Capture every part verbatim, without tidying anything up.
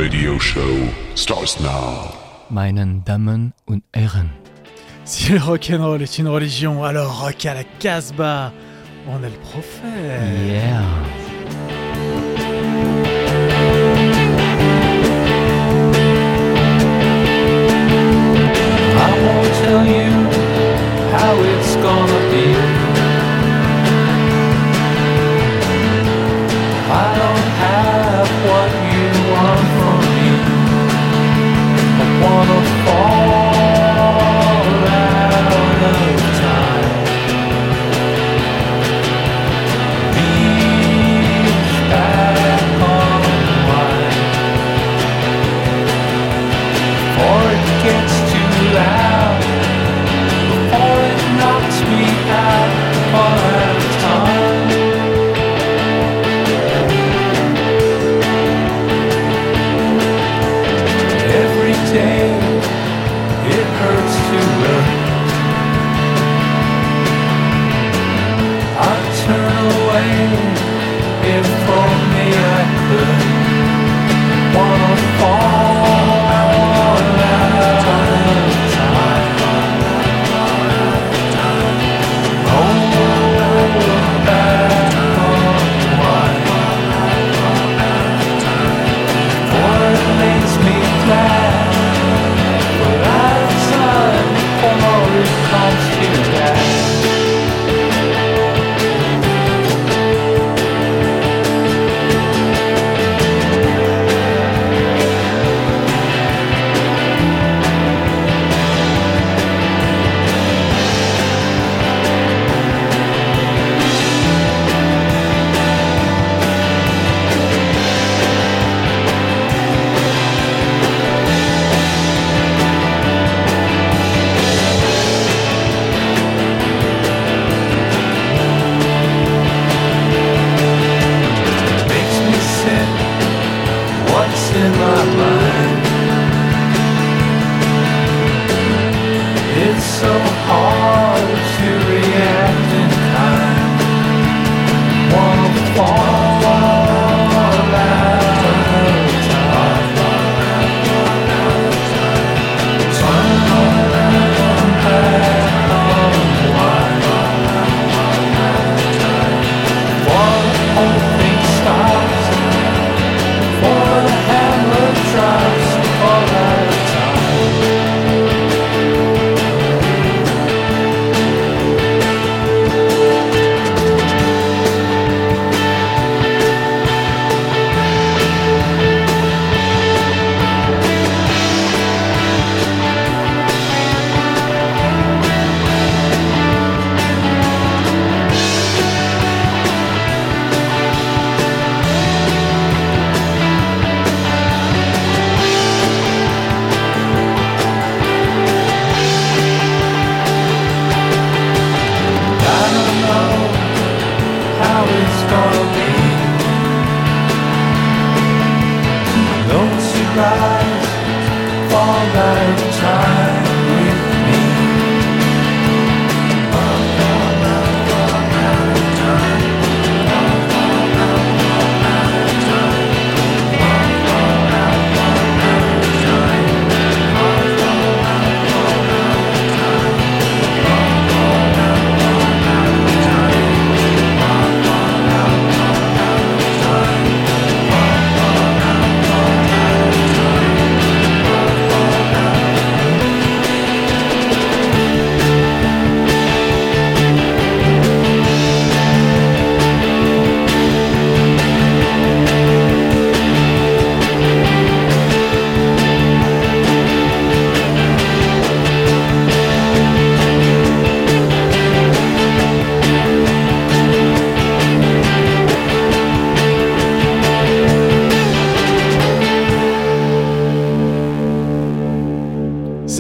radio show starts now. Meinen Damen und Herren. Si le rock'n'roll est une religion, alors rock à la Casbah, on est le prophète. Yeah. I won't tell you how it's gonna be. I don't have what you want from me. I wanna fall out of time. Reach back on mine. Before it gets too loud, before it knocks me out, all out of time. Every day it hurts to run. I'd turn away if only I could. Wanna fall out of time. Roll back on wine. For it makes me glad, but outside before it comes to that. Makes me sick, what's in my mind? It's so hard to react in kind. Wanna fall out of time. Turn back on wine. For the whole thing stops, for the hammer drops, all out of time. I don't know how it's gonna be. Those who rise fall out of time with me.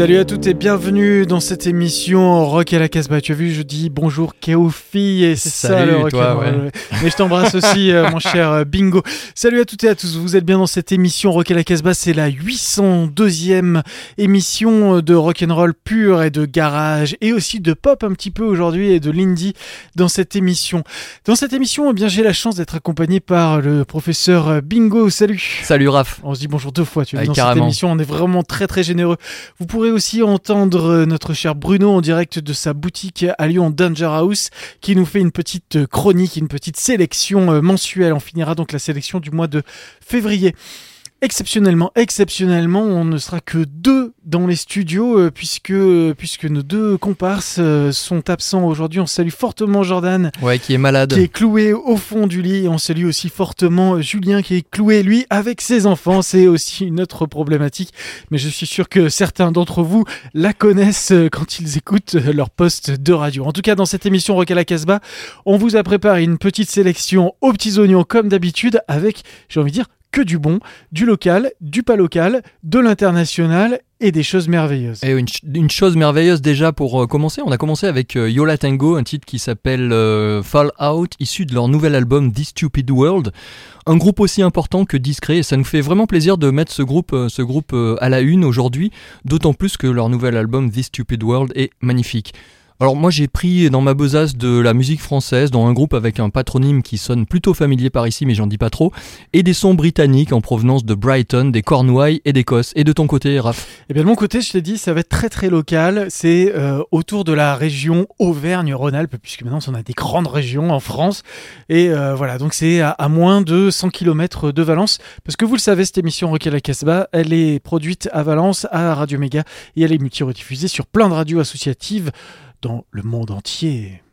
Salut à toutes et bienvenue dans cette émission Rock à la Casbah. Tu as vu, je dis bonjour Kéofi et c'est Salut, ça le rock toi, and roll. ouais. Mais je t'embrasse aussi euh, mon cher euh, Bingo. Salut à toutes et à tous, vous êtes bien dans cette émission Rock à la Casbah. C'est la huit cent deuxième émission de rock and roll pur et de garage et aussi de pop un petit peu aujourd'hui et de l'indie dans cette émission. Dans cette émission, eh bien, j'ai la chance d'être accompagné par le professeur Bingo. Salut. Salut Raph. On se dit bonjour deux fois, tu vois, Ah, dans carrément. cette émission, on est vraiment très très généreux. Vous pourrez aussi entendre notre cher Bruno en direct de sa boutique à Lyon, Danger House, qui nous fait une petite chronique, une petite sélection mensuelle. On finira donc la sélection du mois de février. Exceptionnellement, exceptionnellement, on ne sera que deux dans les studios euh, puisque, puisque nos deux comparses euh, sont absents aujourd'hui. On salue fortement Jordan, Ouais, qui est malade. qui est cloué au fond du lit, et on salue aussi fortement Julien qui est cloué, lui, avec ses enfants. C'est aussi une autre problématique, mais je suis sûr que certains d'entre vous la connaissent quand ils écoutent leur poste de radio. En tout cas, dans cette émission Rock à la Casbah, on vous a préparé une petite sélection aux petits oignons comme d'habitude, avec, j'ai envie de dire, que du bon, du local, du pas local, de l'international et des choses merveilleuses. Et une, ch- une chose merveilleuse déjà pour euh, commencer, on a commencé avec euh, Yo La Tengo, un titre qui s'appelle euh, Fall Out, issu de leur nouvel album This Stupid World. Un groupe aussi important que discret, et ça nous fait vraiment plaisir de mettre ce groupe, euh, ce groupe euh, à la une aujourd'hui, d'autant plus que leur nouvel album This Stupid World est magnifique. Alors moi j'ai pris dans ma besace de la musique française, dans un groupe avec un patronyme qui sonne plutôt familier par ici mais j'en dis pas trop, et des sons britanniques en provenance de Brighton, des Cornouailles et d'Écosse. Et de ton côté, Raph? Et bien de mon côté, je t'ai dit, ça va être très très local. C'est euh, autour de la région Auvergne-Rhône-Alpes, puisque maintenant on a des grandes régions en France. Et euh, voilà, donc c'est à, à moins de cent kilomètres de Valence. Parce que vous le savez, cette émission Rock à la Casbah, elle est produite à Valence, à Radio Méga, et elle est multi-rediffusée sur plein de radios associatives dans le monde entier.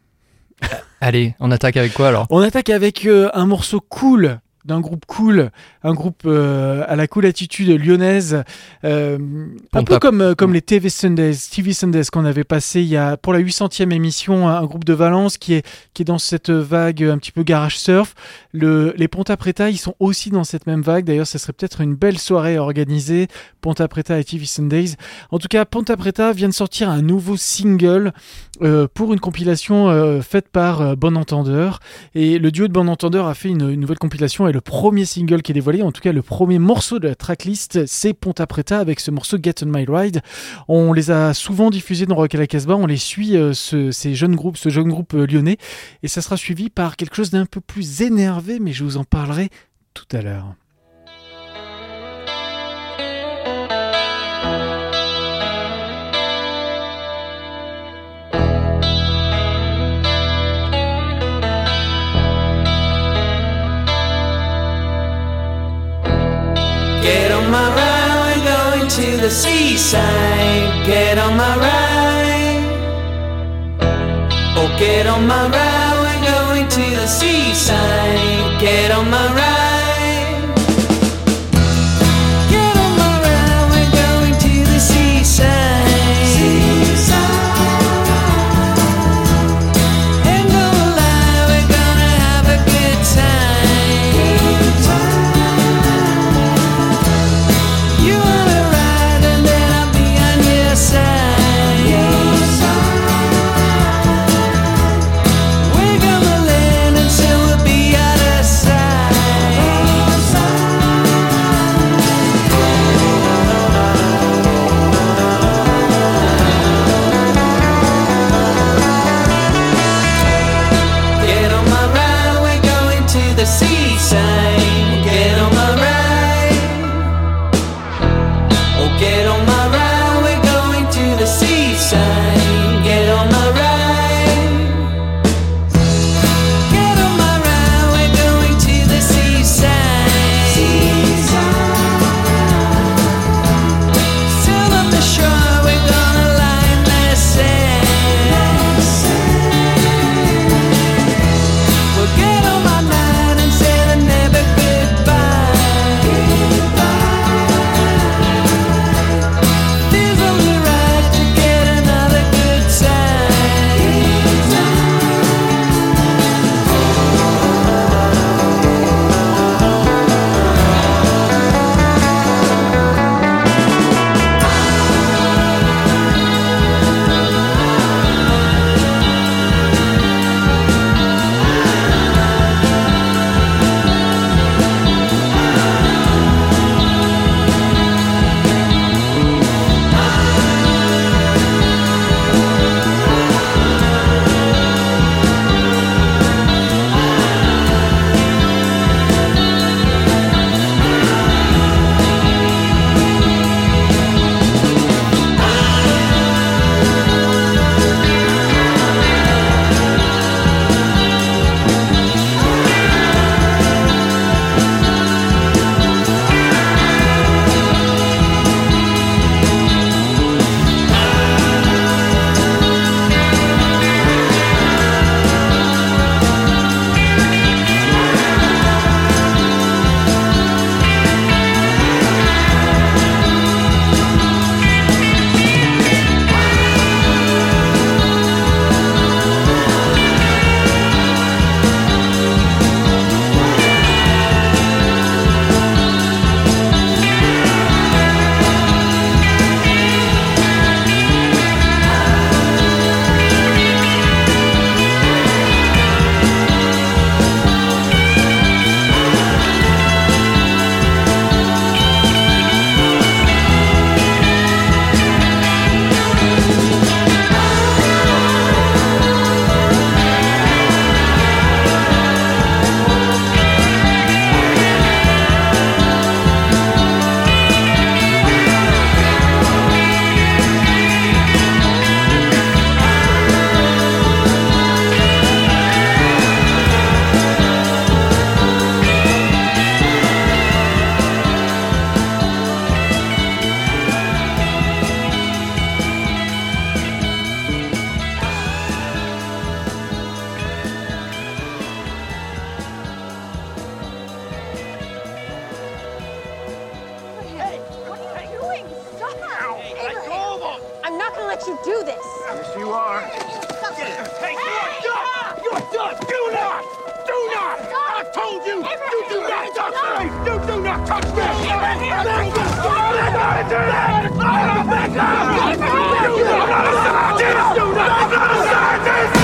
Allez, on attaque avec quoi alors? On attaque avec euh, un morceau cool d'un groupe cool, un groupe euh, à la cool attitude lyonnaise, euh, un peu comme, euh, comme les T V Sundays, T V Sundays qu'on avait passé il y a, pour la huit centième émission, un groupe de Valence qui est, qui est dans cette vague un petit peu garage surf. Le, les Ponta Preta, ils sont aussi dans cette même vague. D'ailleurs, ça serait peut-être une belle soirée à organiser, Ponta Preta et T V Sundays. En tout cas, Ponta Preta vient de sortir un nouveau single euh, pour une compilation euh, faite par euh, Bon Entendeur. Et le duo de Bon Entendeur a fait une, une nouvelle compilation et le premier single qui est dévoilé, en tout cas le premier morceau de la tracklist, c'est Ponta Preta avec ce morceau Get on My Ride. On les a souvent diffusés dans Rock à la Casbah, on les suit, euh, ce, ces jeunes groupes, ce jeune groupe euh, lyonnais, et ça sera suivi par quelque chose d'un peu plus énervé, mais je vous en parlerai tout à l'heure. Get on my ride, we're going to the seaside. Get on my ride. Oh, get on my ride, we're going to the seaside. Get on my ride. Get on my ride, we're going to the seaside. Seaside. Ain't gonna lie, we're gonna have a good time. Good time. You wanna ride and then I'll be on your side. Your side. We're gonna land until we'll be out of sight. Get on my ride, we're going to the seaside. Get on my ride. Oh, get on my ride, we're going to the seaside. Get on my ride. Get on my ride, we're going to the seaside. Seaside. Still on the shore, we're gonna lie in the sand. We'll get on my mind and say the never goodbye. Goodbye. let you do this. Yes, you are. Hey, you are done! You're done! Do not! Do not! I told you! You do not touch me! You do not touch me! Let go! Let go! Do that! Let go! You are not a scientist! You are not a scientist!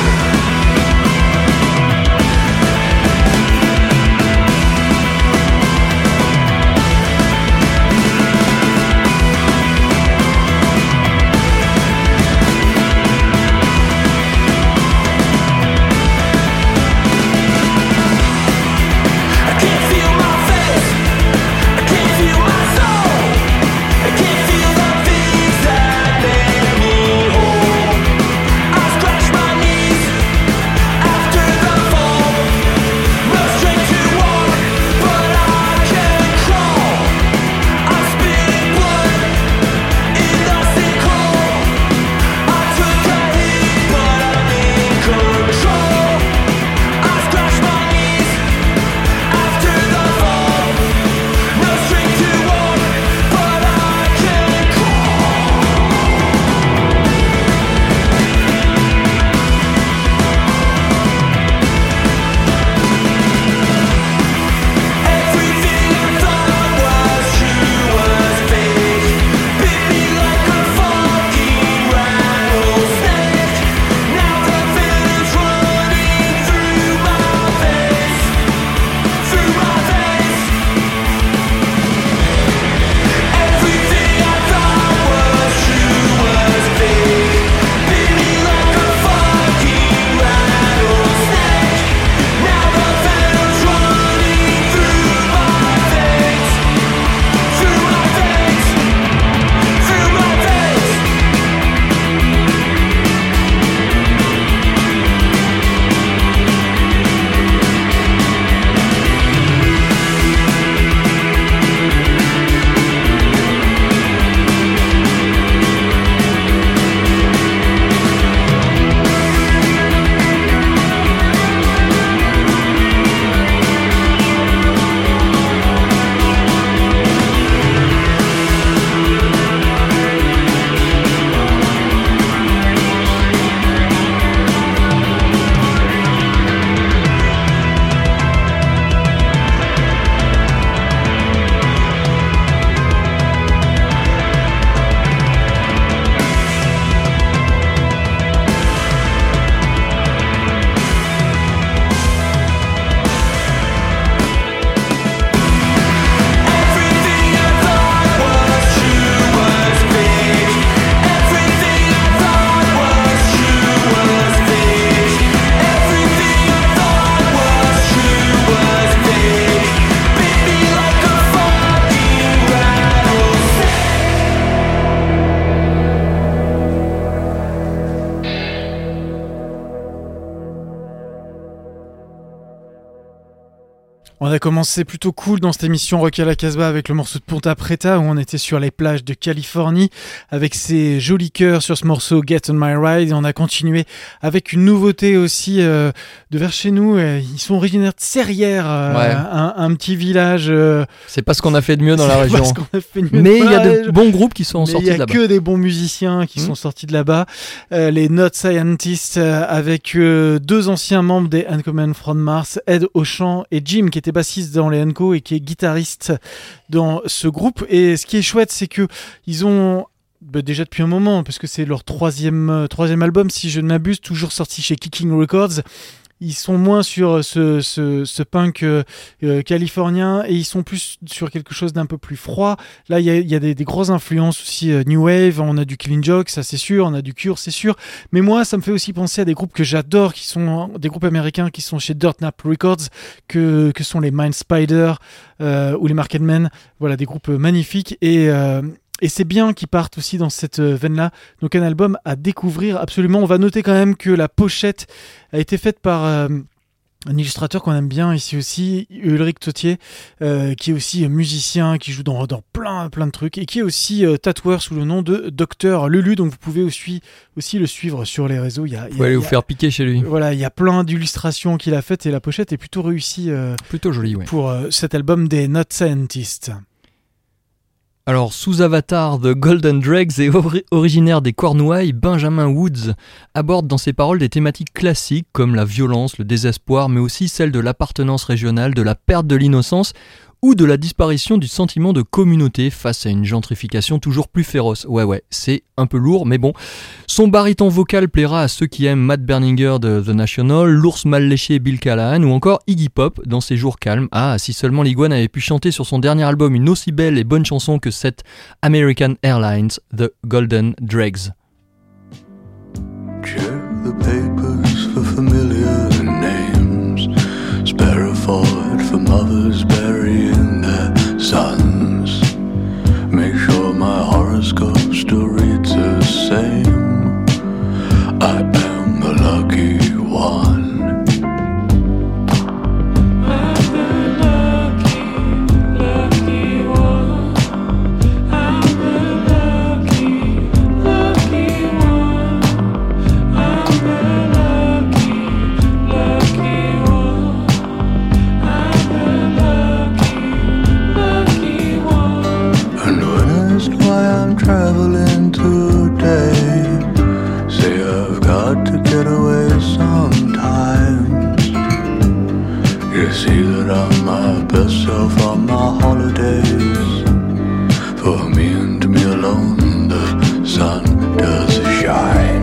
On a commencé plutôt cool dans cette émission Rock à la Casbah avec le morceau de Ponta Preta où on était sur les plages de Californie avec ces jolis chœurs sur ce morceau Get on My Ride, et on a continué avec une nouveauté aussi euh, de vers chez nous. Ils sont originaires de Serrières, euh, Ouais. un, un petit village. Euh, C'est pas ce qu'on a fait de mieux dans la c'est région. pas ce qu'on a fait de mieux Mais dans il y la a de région. bons groupes qui sont Mais sortis il y de a là-bas. que des bons musiciens qui Mmh. sont sortis de là-bas. Euh, les Not Scientists euh, avec euh, deux anciens membres des Uncommon from Mars, Ed au chant et Jim qui était bassiste dans les Unco et qui est guitariste dans ce groupe. Et ce qui est chouette, c'est que ils ont bah, déjà depuis un moment, parce que c'est leur troisième euh, troisième album si je ne m'abuse, toujours sorti chez Kicking Records. Ils sont moins sur ce, ce, ce punk euh, euh, californien et ils sont plus sur quelque chose d'un peu plus froid. Là, il y a, il y a des, des grosses influences aussi euh, New Wave, on a du Killing Joke, ça c'est sûr, on a du Cure, c'est sûr. Mais moi, ça me fait aussi penser à des groupes que j'adore, qui sont des groupes américains qui sont chez Dirt Nap Records, que, que sont les Mind Spider euh, ou les Market Men. Voilà, des groupes magnifiques et... Euh, Et c'est bien qu'ils partent aussi dans cette veine-là. Donc un album à découvrir absolument. On va noter quand même que la pochette a été faite par euh, un illustrateur qu'on aime bien ici aussi, Ulrich Tautier, euh, qui est aussi musicien, qui joue dans, dans plein, plein de trucs, et qui est aussi euh, tatoueur sous le nom de Docteur Lulu. Donc vous pouvez aussi, aussi le suivre sur les réseaux. Il y a, il y a, Vous allez il vous y a- faire piquer chez lui. Voilà, il y a plein d'illustrations qu'il a faites et la pochette est plutôt réussie euh, Plutôt joli, ouais. pour euh, cet album des Not Scientists. Alors, sous Avatar, The Golden Dregs est ori- originaire des Cornouailles, Benjamin Woods aborde dans ses paroles des thématiques classiques comme la violence, le désespoir, mais aussi celle de l'appartenance régionale, de la perte de l'innocence ou de la disparition du sentiment de communauté face à une gentrification toujours plus féroce. Ouais ouais, c'est un peu lourd, mais bon. Son baryton vocal plaira à ceux qui aiment Matt Berninger de The National, l'ours mal léché Bill Callahan ou encore Iggy Pop dans ses jours calmes. Ah, si seulement l'Iguane avait pu chanter sur son dernier album une aussi belle et bonne chanson que cette American Airlines, The Golden Dregs. Check the papers for familiar names. Sparrowford for mothers burying their sons. Make sure my horoscope still reads the same. I am the lucky one. Traveling today. Say I've got to get away sometimes. You see that I'm my best self on my holidays. For me and me alone, the sun does shine.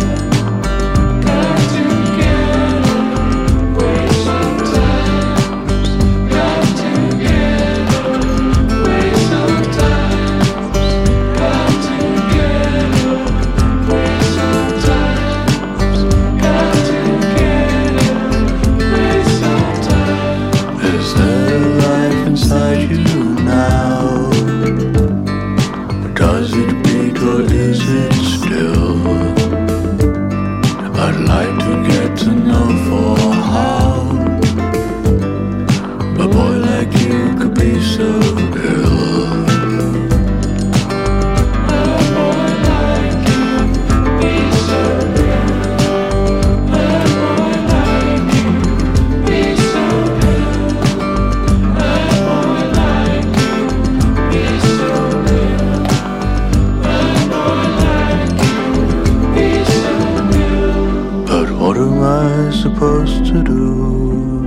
Supposed to do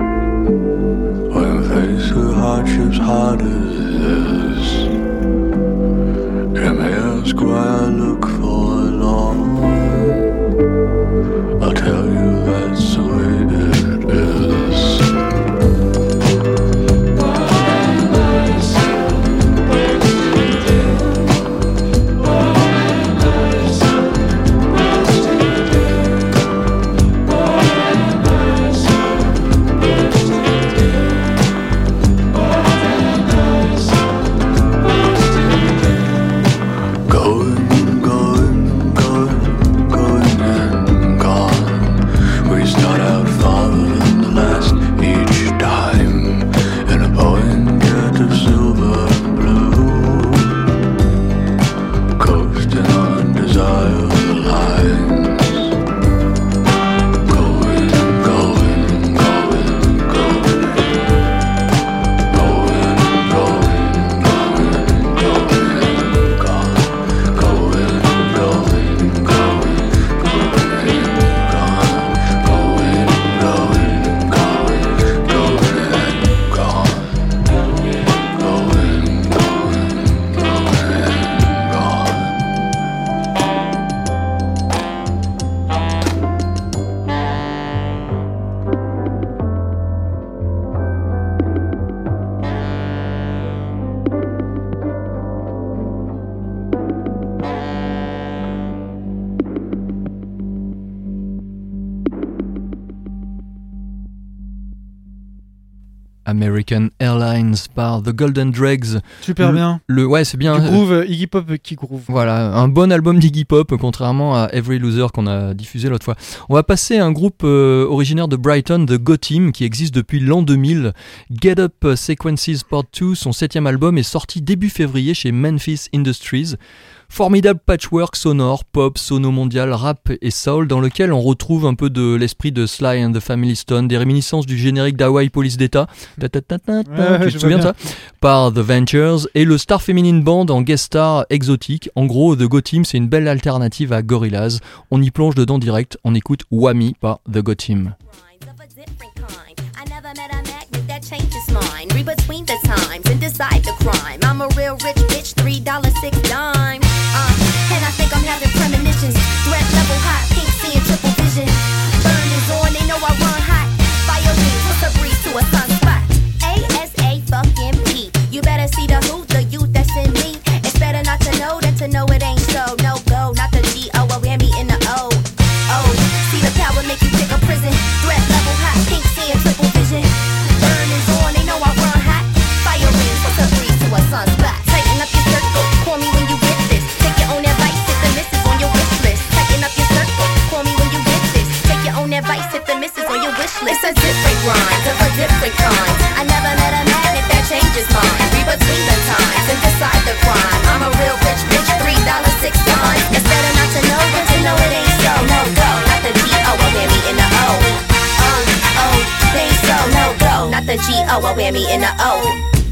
when faced with hardships hard as this? You may ask why I look forlorn. I'll tell you that's the way it is. American Airlines par The Golden Dregs. Super le, bien. Le, ouais, c'est bien. Du groove, Iggy Pop qui groove. Voilà, un bon album d'Iggy Pop, contrairement à Every Loser qu'on a diffusé l'autre fois. On va passer à un groupe euh, originaire de Brighton, The Go Team, qui existe depuis l'an deux mille. Get Up Sequences Part deux, son septième album, est sorti début février chez Memphis Industries. Formidable patchwork sonore, pop, sono mondial, rap et soul dans lequel on retrouve un peu de l'esprit de Sly and the Family Stone, des réminiscences du générique d'Hawaii Police d'État, ta, ta, ta, ta, ta, Ouais, tu je te vois souviens de bien. ça, par The Ventures, et le Star Feminine Band en guest star exotique. En gros, The Go Team, c'est une belle alternative à Gorillaz. On y plonge dedans direct, on écoute Whammy par The Go Team. Of a different kind. I never met a magnet that changes mine. Read between the times and decide the crime. I'm a real rich bitch, three dollars six dime. Uh, and I think I'm having premonitions. Threat level hot, pink seeing triple vision. Burn is on, they know I run hot. Fire wings, what's a breeze to a sunspot? A S A fucking P. You better see the who, the youth that's in me. It's better not to know than to know it ain't so. No go, not the G O, a whammy in the O. Oh, see the power make you pick a prison. Threat level hot, pink seeing triple vision. Burn is on, they know I run hot. Fire rings, what's a breeze to a sunspot? Tighten up your circle, call me when you get this. Take your own advice, hit the misses on your wish list. Tighten up your circle, call me when you get this. Take your own advice, hit the misses on your wish list. It's a different grind, of a different kind. I never met a magnet that changes mine. Read between the times and decide the crime. I'm a real rich bitch, three dollars six times. It's better not to know than to know it ain't so. No go, not the G O, a whammy in the O. Oh, oh, ain't so. No go, not the G O, a whammy in the O.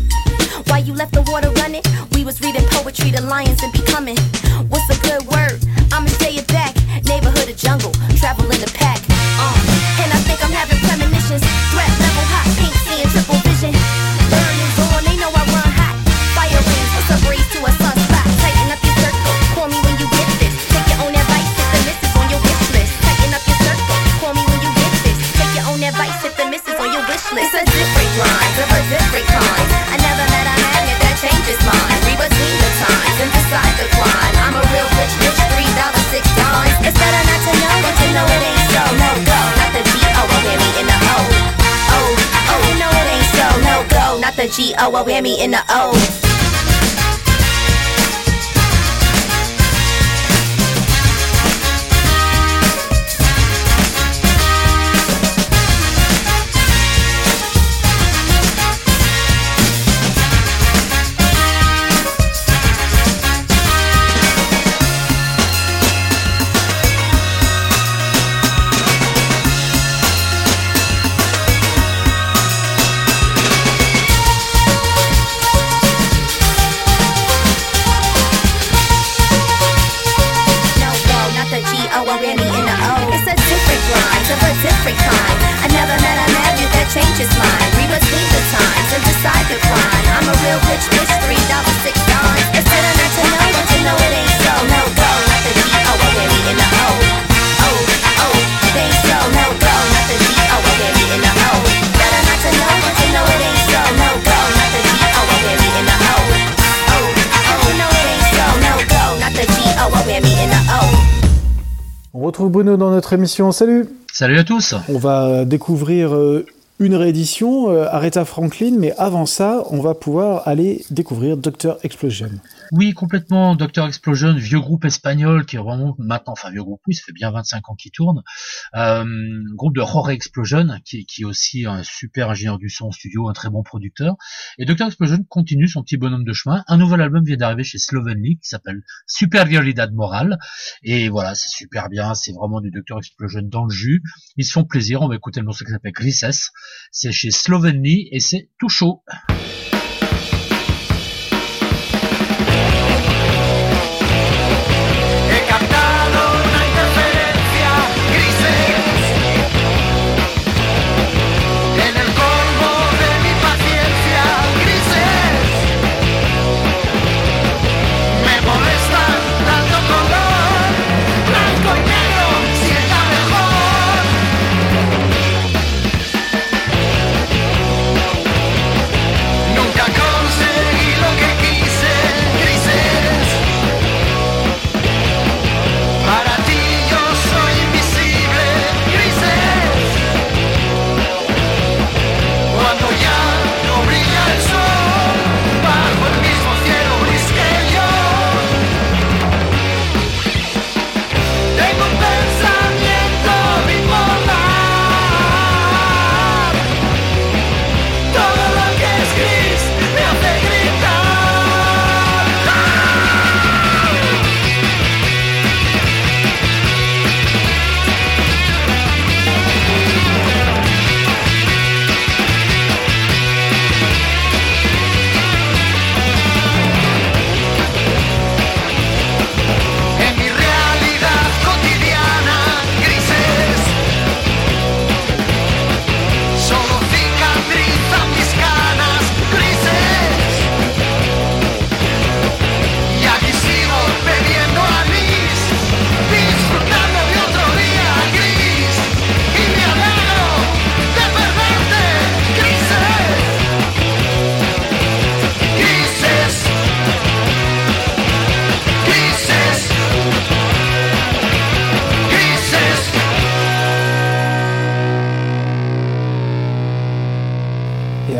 Why you left the water running? We was reading poetry to lions and becoming. What's a good word? I'ma say it back. Neighborhood or jungle, travel in the pack. Uh, and I think I'm having premonitions. Threat level hot, pink seeing triple vision. Burn is on, they know I run hot. Fire rings, what's a breeze to a sunspot? Tighten up your circle, call me when you get this. Take your own advice, hit the misses on your wish list. Tighten up your circle, call me when you get this. Take your own advice, hit the misses on your wish list. It's a different grind, of a different kind. I never met a magnet that changes mine. Read between the times and decide the crime. I'm a real rich bitch, three dollars six dimes. It's better not to know than to know it ain't so. No go, not the G O, a whammy in the O. Oh, oh, you know it ain't so. No go, not the G O, a whammy in the O. No go, not the G O, a whammy in the O. It's a different grind, of a different kind. I never met a magnet that changes mine. Read between the times and decide the crime. I'm a real rich bitch, three dollars six dimes. It's better not to know than to know it ain't so. No go, not the G O, a whammy in the O. Oh, oh, it ain't so. No go, not the G O, a whammy in the O. Better not to know than to know it ain't so. No go, not the G O, a whammy in the O. Oh, oh, no it ain't so. No go, not the G O, a whammy in the O. On retrouve Bruno dans notre émission. Salut. Salut à tous. On va découvrir euh, une réédition, euh, Aretha Franklin, mais avant ça, on va pouvoir aller découvrir docteur Explosion. Oui, complètement. docteur Explosion, vieux groupe espagnol qui est vraiment maintenant, enfin vieux groupe, oui, ça fait bien vingt-cinq ans qu'il tourne. Euh, groupe de Jorge Explosion, qui, qui est aussi un super ingénieur du son en studio, un très bon producteur. Et docteur Explosion continue son petit bonhomme de chemin. Un nouvel album vient d'arriver chez Slovenly qui s'appelle Superioridad Moral. Et voilà, c'est super bien. C'est vraiment du docteur Explosion dans le jus. Ils se font plaisir. On va écouter le morceau qui s'appelle Grises. C'est chez Slovenly et c'est tout chaud. He captado una interferencia grises en el colmo de mi paciencia. Grises me molestan tanto color, blanco y negro sienta mejor.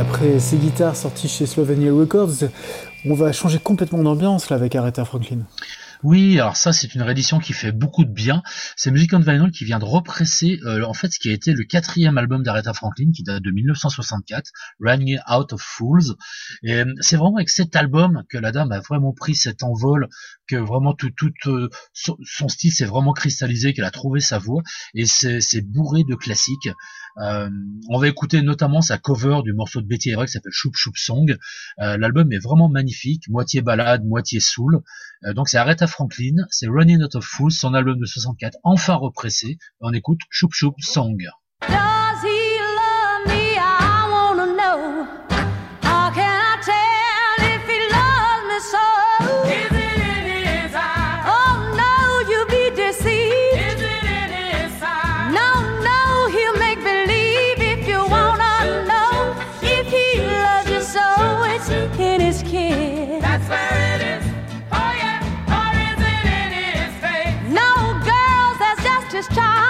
après ces guitares sorties chez Slovenia Records, on va changer complètement d'ambiance là avec Aretha Franklin. Oui, alors ça c'est une réédition qui fait beaucoup de bien. C'est Music on Vinyl qui vient de represser euh, en fait ce qui a été le quatrième album d'Aretha Franklin qui date de dix-neuf cent soixante-quatre, Running Out of Fools. Et euh, c'est vraiment avec cet album que la dame a vraiment pris cet envol, que vraiment tout, tout euh, son, son style s'est vraiment cristallisé, qu'elle a trouvé sa voix et c'est, c'est bourré de classiques. Euh, on va écouter notamment sa cover du morceau de Betty Everett qui s'appelle Shoop Shoop Song. Euh, l'album est vraiment magnifique, moitié ballade, moitié soul. Euh, donc c'est Aretha Franklin, c'est Running Out of Fools, son album de soixante-quatre, enfin repressé. On écoute Shoop Shoop Song. Does he love me? I wanna know. How can I tell if he loves me so? Is it in his eyes? Oh no, you be deceived. Is it in his eyes? No, no, he'll make believe if you wanna know. If he loves you so, it's in his kiss. That's where it is. Oh yeah, or is it in his face? No, girls, that's just his charm.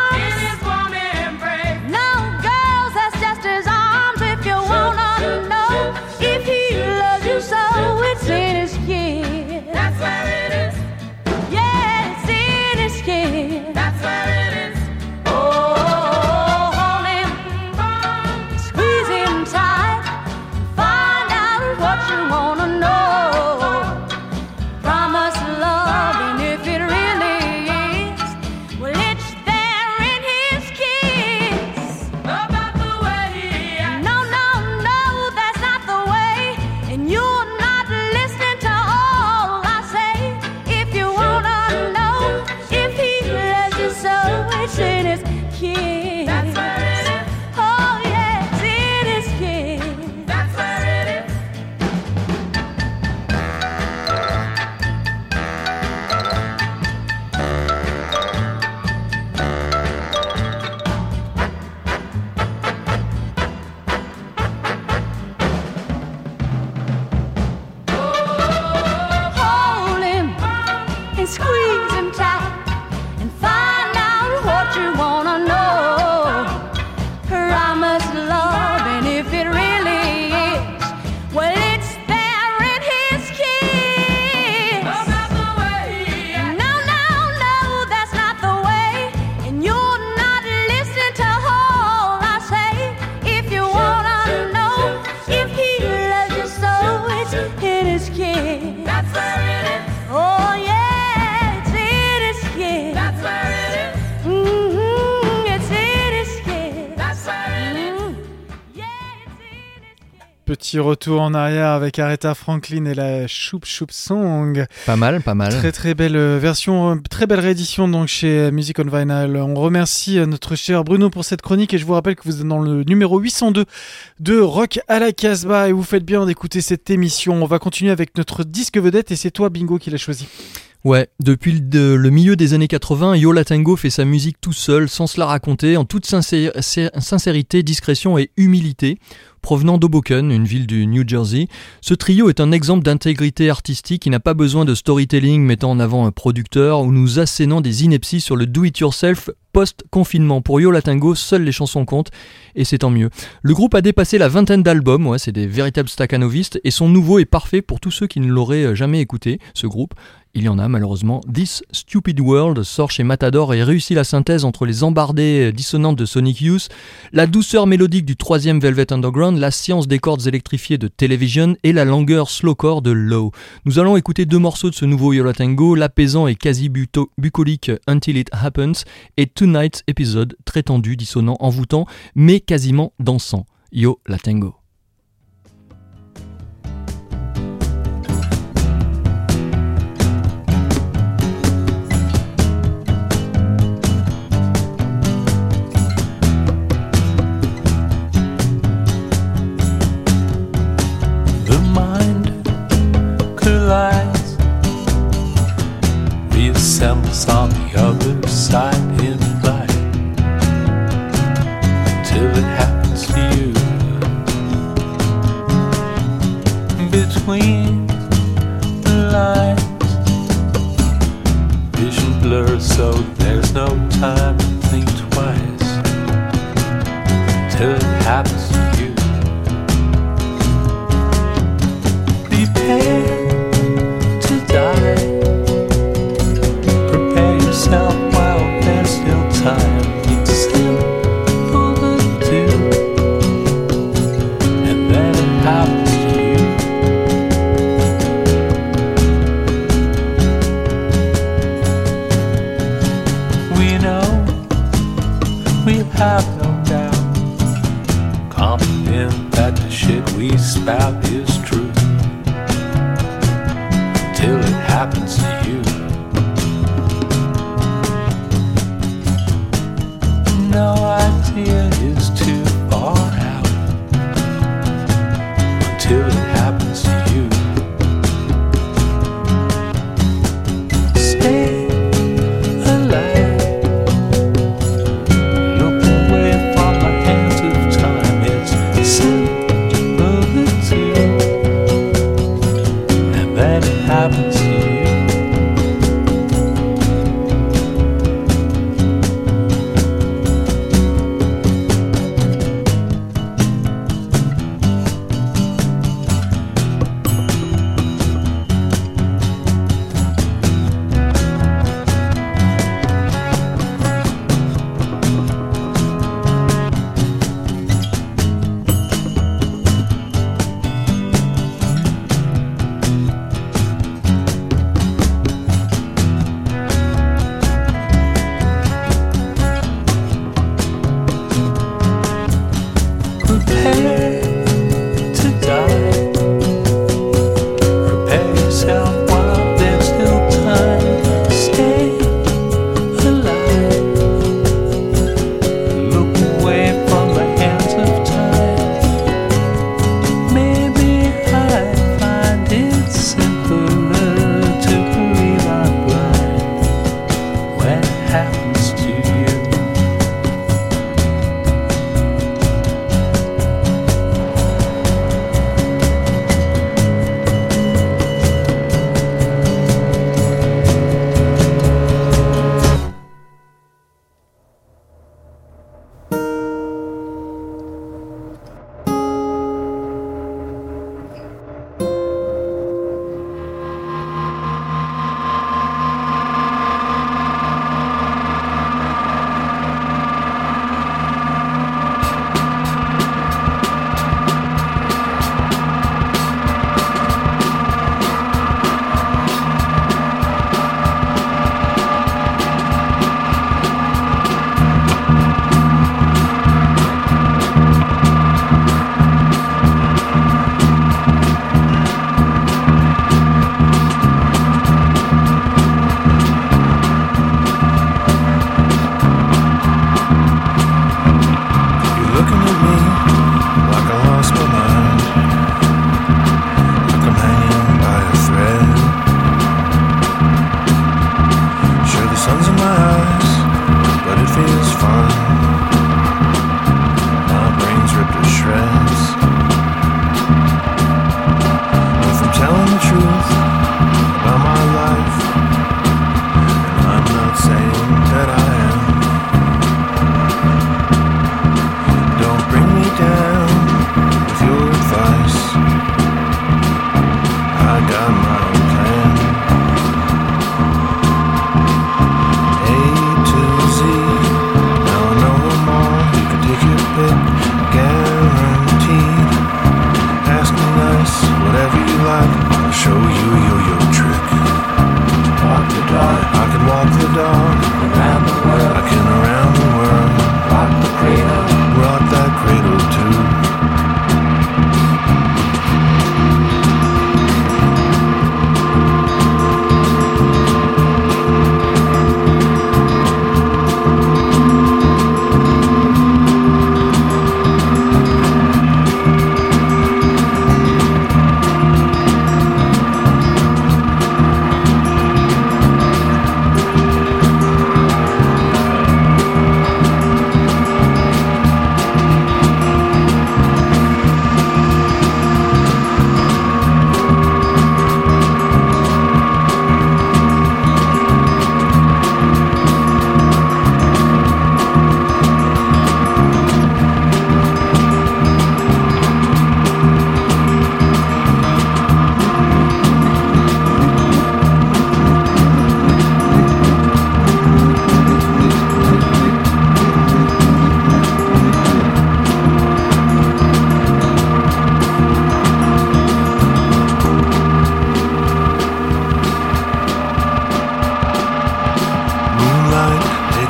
Petit retour en arrière avec Aretha Franklin et la Shoop Shoop Song. Pas mal, pas mal. Très très belle version, très belle réédition donc chez Music on Vinyl. On remercie notre cher Bruno pour cette chronique et je vous rappelle que vous êtes dans le numéro huit cent deux de Rock à la Casbah et vous faites bien d'écouter cette émission. On va continuer avec notre disque vedette et c'est toi Bingo qui l'a choisi. Ouais, depuis le, de, le milieu des années quatre-vingts, Yo La Tengo fait sa musique tout seul, sans se la raconter, en toute sincé- sincérité, discrétion et humilité. Provenant d'Hoboken, une ville du New Jersey, ce trio est un exemple d'intégrité artistique qui n'a pas besoin de storytelling mettant en avant un producteur ou nous assénant des inepties sur le do-it-yourself post-confinement. Pour Yo La Tengo, seules les chansons comptent, et c'est tant mieux. Le groupe a dépassé la vingtaine d'albums, ouais, c'est des véritables staccanovistes, et son nouveau est parfait pour tous ceux qui ne l'auraient jamais écouté, ce groupe. Il y en a malheureusement. This Stupid World sort chez Matador et réussit la synthèse entre les embardées dissonantes de Sonic Youth, la douceur mélodique du troisième Velvet Underground, la science des cordes électrifiées de Television et la langueur slowcore de Low. Nous allons écouter deux morceaux de ce nouveau Yo La Tengo, l'apaisant et quasi buto- bucolique Until It Happens et Tonight's Episode, très tendu, dissonant, envoûtant, mais quasiment dansant. Yo La Tengo. Reassembles on the other side in light till it happens to you. Between the lines, vision blurs, so there's no time to think twice till it happens to you. have no doubt. Confident that the shit we spout is true. Till it happens to you. No idea is too far out. Until it happens to you. Stay alive. Look away from the hands of time. It's sympathy. And then it happens to you.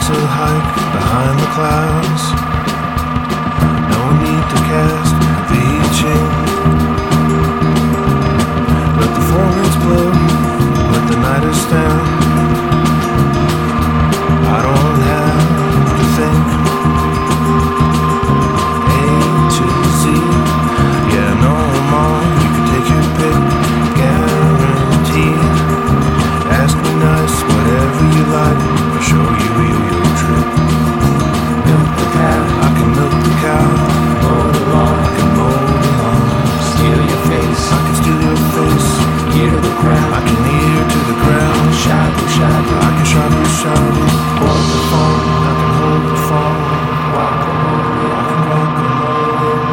to hike behind the clouds. No need to cast the chain. Let the four winds blow, let the night is down. I don't have to think. A to Z, yeah, no more. You can take your pick, guaranteed. Ask me nice, whatever you like. I'll show you your, your trick. Milk the cow, I can milk the cow. Mow the lawn, I can mow the lawn. Steal your face, I can steal your face. Ear to the ground, I can ear to the ground. Shabu shabu, I can shabu shabu. Hold the phone, I can hold the phone. Guacamole, I can guacamole.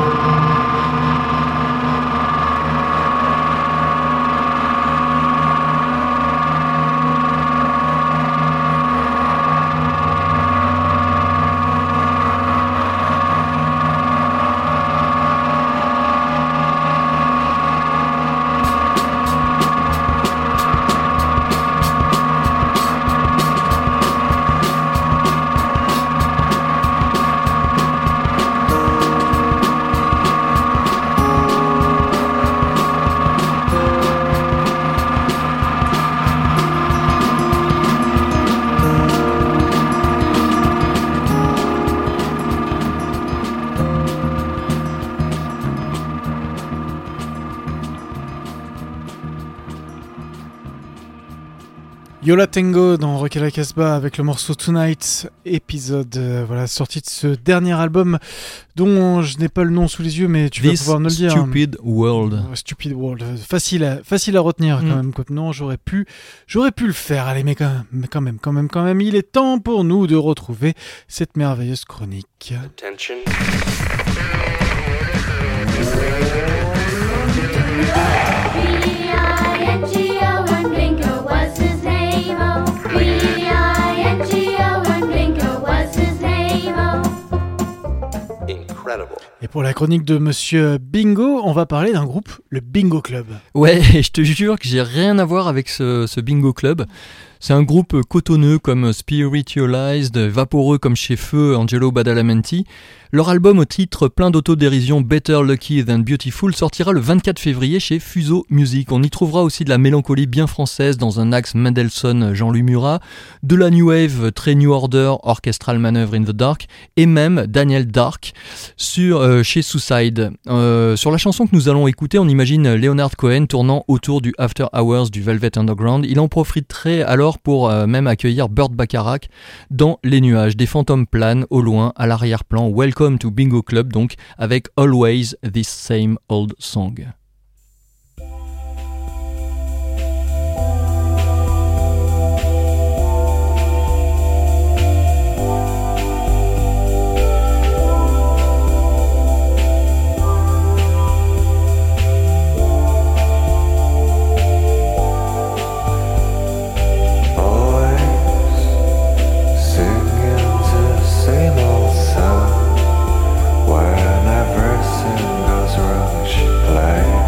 Yo La Tengo dans Rock et la Casbah avec le morceau Tonight, épisode euh, voilà, sorti de ce dernier album dont je n'ai pas le nom sous les yeux, mais tu This vas pouvoir me le dire. Stupid World. Euh, Stupid World, facile à, facile à retenir quand Mm. même. Non, j'aurais pu, j'aurais pu le faire. Allez, mais quand même, mais quand même, quand même, quand même, il est temps pour nous de retrouver cette merveilleuse chronique. Attention. Incredible. Et pour la chronique de Monsieur Bingo, on va parler d'un groupe, le Bingo Club. Ouais, et je te jure que j'ai rien à voir avec ce, ce Bingo Club. C'est un groupe cotonneux comme Spiritualized, vaporeux comme chez Feu, Angelo Badalamenti. Leur album au titre plein d'autodérision Better Lucky Than Beautiful sortira le vingt-quatre février chez Fuso Music. On y trouvera aussi de la mélancolie bien française dans un axe Mendelssohn Jean-Louis Murat, de la New Wave très New Order, Orchestral Maneuver in the Dark, et même Daniel Dark sur, euh, chez Suicide. Euh, sur la chanson que nous allons écouter, on imagine Leonard Cohen tournant autour du After Hours du Velvet Underground. Il en profiterait alors pour euh, même accueillir Burt Bacharach dans Les Nuages. Des fantômes planent au loin, à l'arrière-plan. Welcome to Bingo Club, donc, avec Always This Same Old Song. When everything goes wrong, she plays.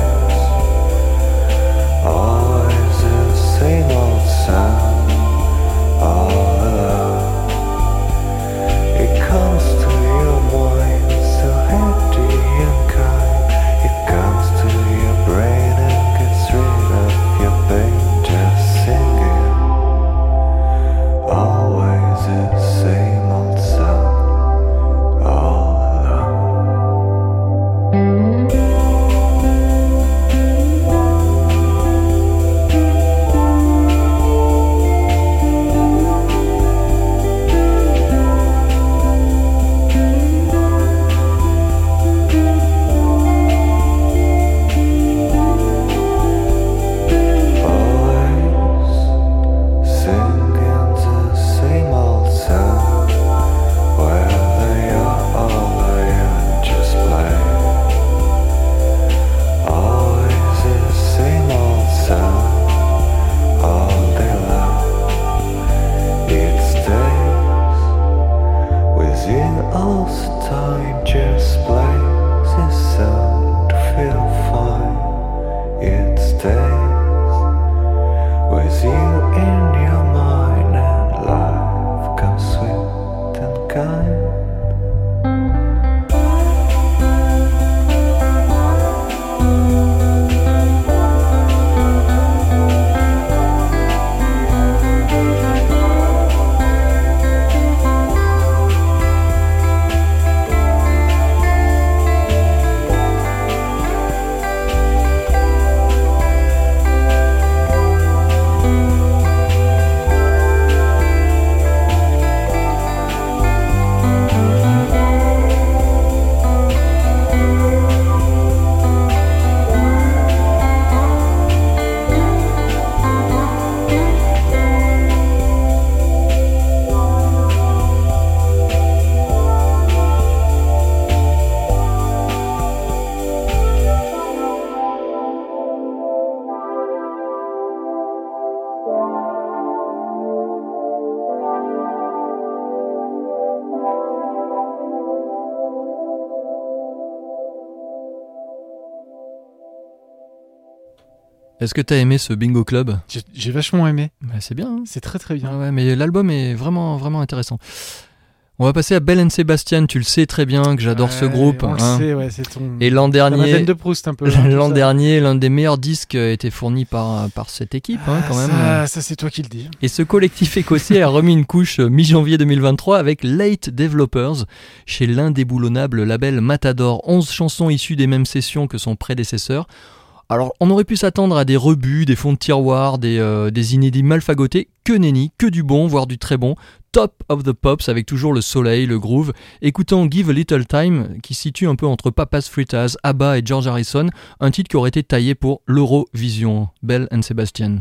Est-ce que t'as aimé ce Bingo Club ? J'ai, j'ai vachement aimé. Bah, c'est bien. Hein. C'est très très bien. Ah ouais, mais l'album est vraiment vraiment intéressant. On va passer à Belle and Sebastian. Tu le sais très bien que j'adore Ouais, ce groupe. On hein. le sait, ouais, c'est ton. Et l'an dernier, Madeleine de Proust un peu. hein, l'an tout ça. dernier, l'un des meilleurs disques a été fourni par par cette équipe, hein, Ah, quand même. Ça, ça c'est toi qui le dis. Et ce collectif écossais a remis une couche euh, mi-janvier deux mille vingt-trois avec Late Developers chez l'indéboulonnable label Matador. onze chansons issues des mêmes sessions que son prédécesseur. Alors, on aurait pu s'attendre à des rebuts, des fonds de tiroir, des, euh, des inédits mal fagotés. Que nenni, que du bon, voire du très bon. Top of the Pops avec toujours le soleil, le groove. Écoutons Give a Little Time, qui se situe un peu entre Papa's Fritas, ABBA et George Harrison, un titre qui aurait été taillé pour l'Eurovision. Belle and Sebastian.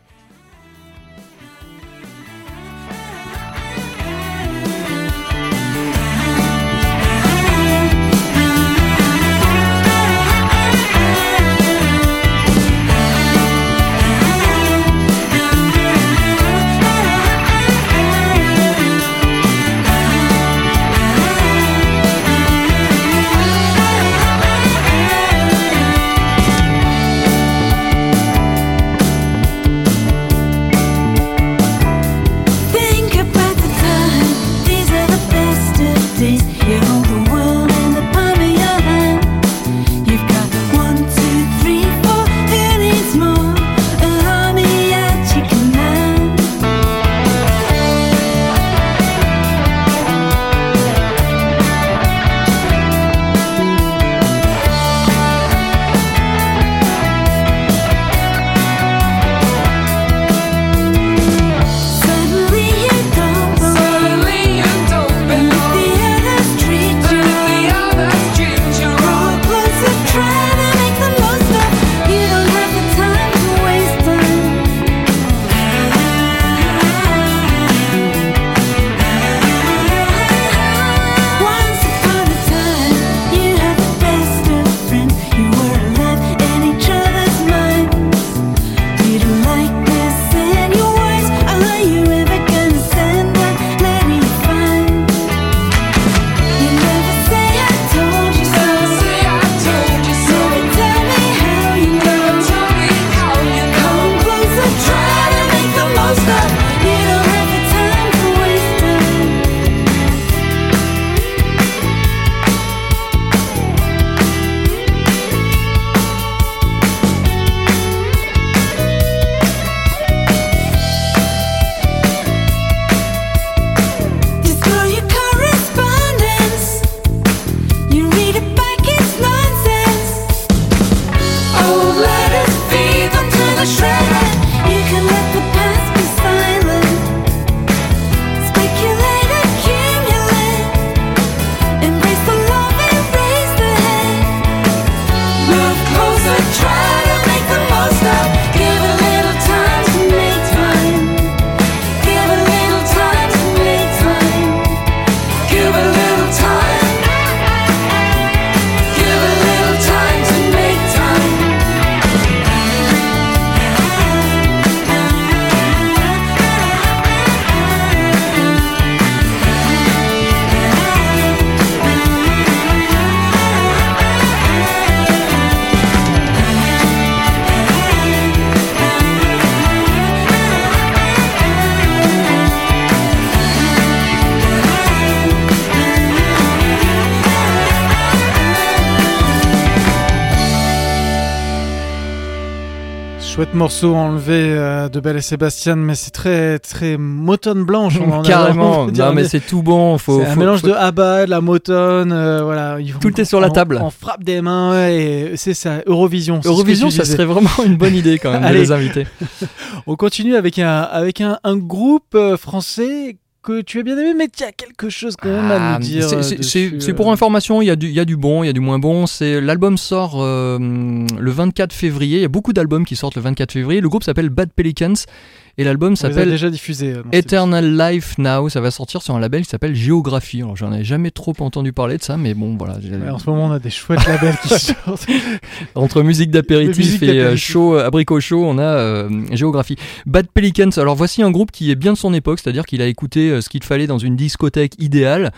Chouette morceau enlevé euh, de Belle et Sébastien, mais c'est très très Motown blanche. On en a Carrément, vraiment, dire, non mais c'est tout bon. Faut, c'est un faut, mélange faut... de ABBA, de la Motown, euh, voilà. Ils Tout est sur la table. On frappe des mains ouais, et c'est ça. Eurovision. C'est Eurovision, ce que ça serait vraiment une bonne idée quand même de Allez. les inviter. On continue avec un avec un, un groupe euh, français que tu as bien aimé, mais il y a quelque chose quand même à Ah, nous dire. c'est, euh, c'est, dessus, c'est, c'est euh. pour information, il y a du, il y a du bon, il y a du moins bon. C'est, l'album sort euh, le vingt-quatre février. Il y a beaucoup d'albums qui sortent le vingt-quatre février. Le groupe s'appelle Bad Pelicans et l'album On les a s'appelle déjà diffusé. Eternal Life Now. Ça va sortir sur un label qui s'appelle Géographie. Alors j'en ai jamais trop entendu parler de ça, mais bon voilà. Ouais, en ce moment, on a des chouettes labels qui sortent. Entre musique d'apéritif musique et d'apéritif. euh, show, abricot chaud, on a euh, Géographie. Bad Pelicans, alors voici un groupe qui est bien de son époque, c'est-à-dire qu'il a écouté euh, ce qu'il fallait dans une discothèque idéale.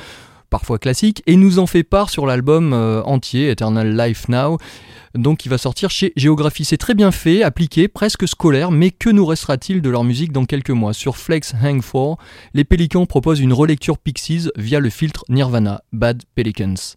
parfois classique, et nous en fait part sur l'album euh, entier, Eternal Life Now, donc qui va sortir chez Géographie. C'est très bien fait, appliqué, presque scolaire, mais que nous restera-t-il de leur musique dans quelques mois ? Sur Flex Hang four, les Pélicans proposent une relecture Pixies via le filtre Nirvana, Bad Pelicans.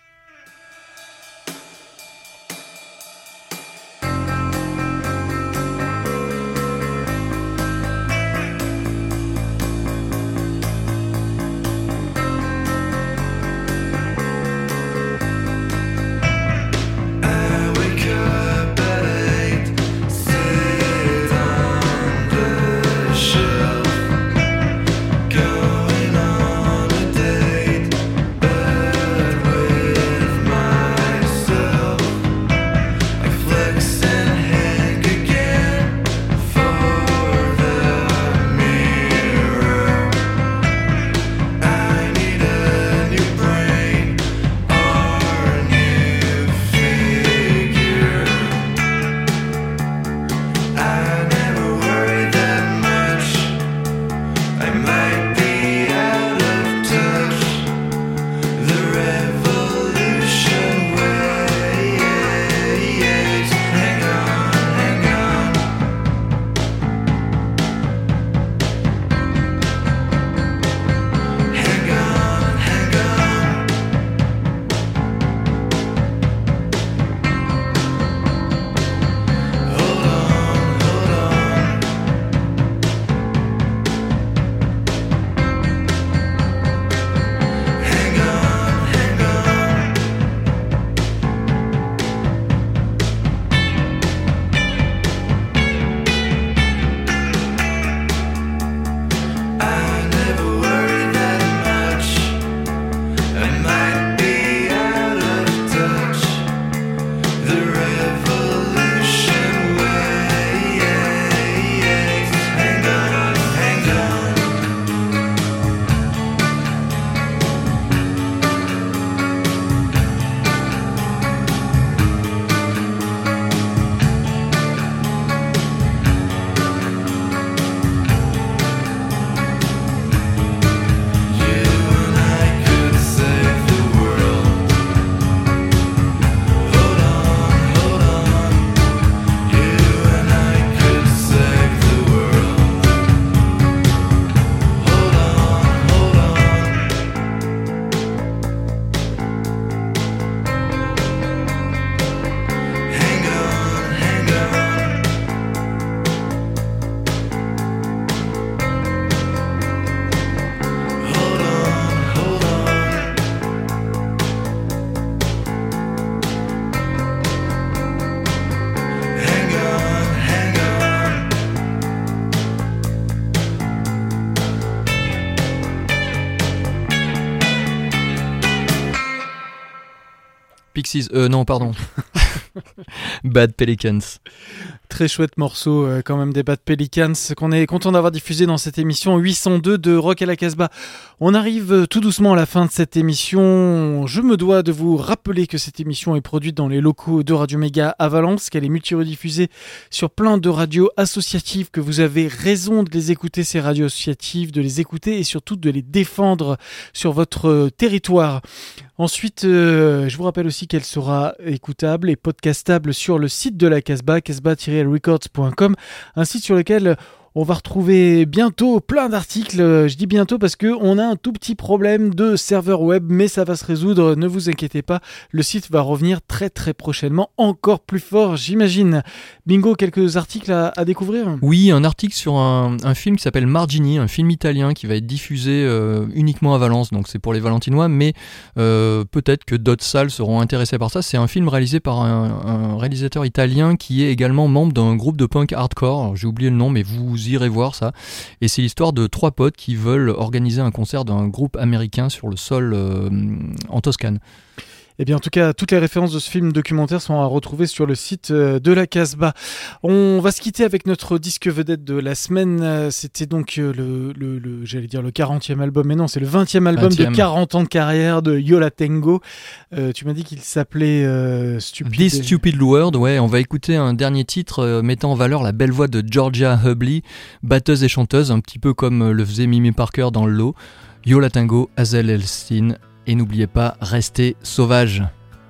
Going on a date, but with Pixies, euh, non, pardon. Bad Pelicans. Très chouette morceau euh, quand même des Bad Pelicans qu'on est content d'avoir diffusé dans cette émission huit cent deux de Rock à la Casbah. On arrive euh, tout doucement à la fin de cette émission. Je me dois de vous rappeler que cette émission est produite dans les locaux de Radio Méga à Valence, qu'elle est multi-rediffusée sur plein de radios associatives, que vous avez raison de les écouter, ces radios associatives, de les écouter et surtout de les défendre sur votre euh, territoire. Ensuite, euh, je vous rappelle aussi qu'elle sera écoutable et podcastable sur le site de la Casbah, casbah tiret records point com, un site sur lequel on va retrouver bientôt plein d'articles. Je dis bientôt parce qu'on a un tout petit problème de serveur web, mais ça va se résoudre, ne vous inquiétez pas. Le site va revenir très très prochainement, encore plus fort, j'imagine. Bingo, quelques articles à, à découvrir ? Oui, un article sur un, un film qui s'appelle Margini, un film italien qui va être diffusé euh, uniquement à Valence, donc c'est pour les Valentinois, mais euh, peut-être que d'autres salles seront intéressées par ça. C'est un film réalisé par un, un réalisateur italien qui est également membre d'un groupe de punk hardcore. Alors, j'ai oublié le nom, mais vous Vous irez voir ça. Et c'est l'histoire de trois potes qui veulent organiser un concert d'un groupe américain sur le sol euh, en Toscane. Eh bien, en tout cas, toutes les références de ce film documentaire sont à retrouver sur le site de la Casbah. On va se quitter avec notre disque vedette de la semaine. C'était donc le, le, le j'allais dire le quarantième album, mais non, c'est le vingtième album vingtième. De quarante ans de carrière de Yo La Tengo. Euh, tu m'as dit qu'il s'appelait euh, Stupid. This Stupid World, ouais. On va écouter un dernier titre euh, mettant en valeur la belle voix de Georgia Hubley, batteuse et chanteuse, un petit peu comme le faisait Mimi Parker dans le lot. Yo La Tengo, Hazel Elstein, Et n'oubliez pas, restez sauvages.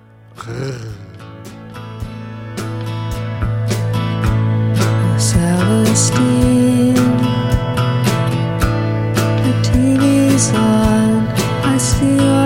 Celestine, the T V's on. I see your